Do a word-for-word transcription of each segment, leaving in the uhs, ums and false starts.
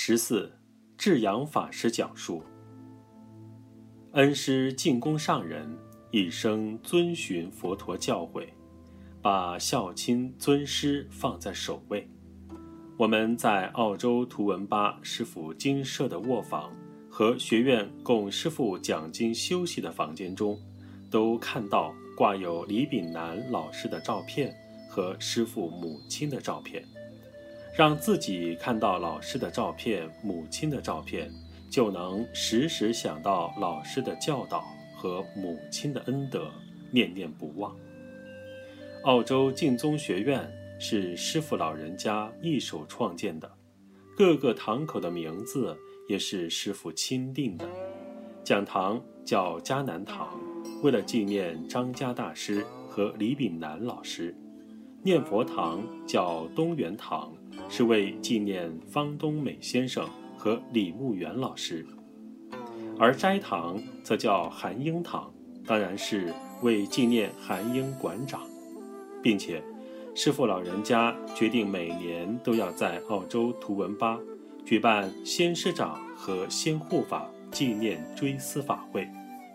十四，智扬法师讲述，恩师净空上人一生遵循佛陀教诲，把孝亲尊师放在首位。我们在澳洲图文巴师父精舍的卧房和学院供师父讲经休息的房间中，都看到挂有李炳南老师的照片和师父母亲的照片。让自己看到老师的照片、母亲的照片，就能时时想到老师的教导和母亲的恩德，念念不忘。澳洲净宗学院是师父老人家一手创建的，各个堂口的名字也是师父钦定的。讲堂叫迦南堂，为了纪念张家大师和李炳南老师；念佛堂叫东源堂，是为纪念方东美先生和李慕元老师；而斋堂则叫韩英堂，当然是为纪念韩英馆长。并且师父老人家决定每年都要在澳洲图文巴举办先师长和先护法纪念追思法会。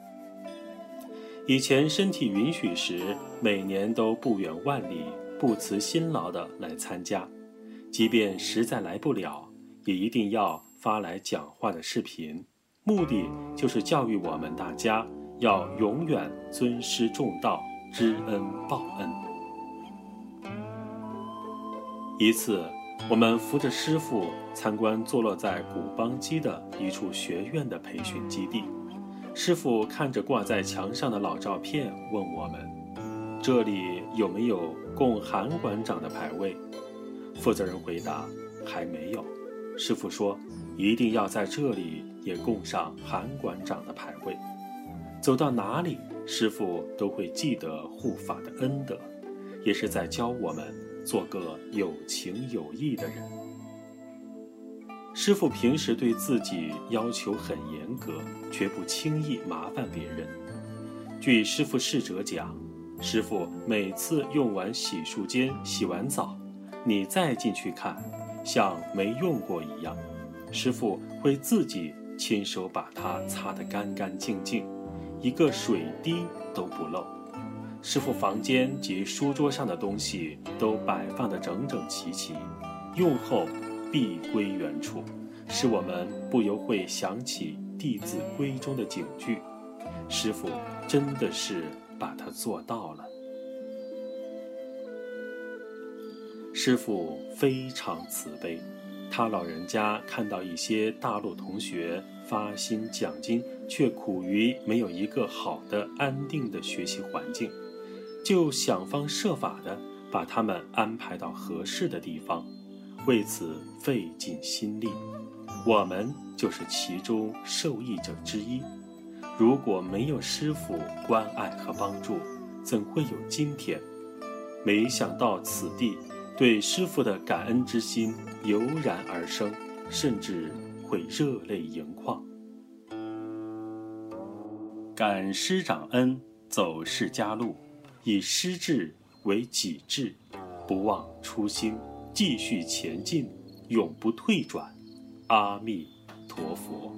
以前身体允许时，每年都不远万里不辞辛劳地来参加，即便实在来不了，也一定要发来讲话的视频，目的就是教育我们大家要永远尊师重道，知恩报恩。一次，我们扶着师父参观坐落在古邦基的一处学院的培训基地。师父看着挂在墙上的老照片，问我们：“这里有没有供韩馆长的牌位？”负责人回答：“还没有。”师父说：“一定要在这里也供上韩馆长的牌位。”走到哪里，师父都会记得护法的恩德，也是在教我们做个有情有义的人。师父平时对自己要求很严格，绝不轻易麻烦别人。据师父侍者讲，师父每次用完洗漱间洗完澡，你再进去看，像没用过一样。师父会自己亲手把它擦得干干净净，一个水滴都不漏。师父房间及书桌上的东西都摆放得整整齐齐，用后必归原处，使我们不由会想起《弟子规》中的警句。师父真的是把它做到了。师父非常慈悲，他老人家看到一些大陆同学发心讲经，却苦于没有一个好的安定的学习环境，就想方设法地把他们安排到合适的地方，为此费尽心力。我们就是其中受益者之一。如果没有师父关爱和帮助，怎会有今天？没想到此地对师父的感恩之心油然而生，甚至会热泪盈眶。感师长恩，走释迦路，以师志为己志，不忘初心，继续前进，永不退转。阿弥陀佛。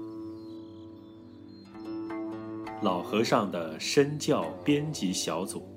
老和尚的身教编辑小组。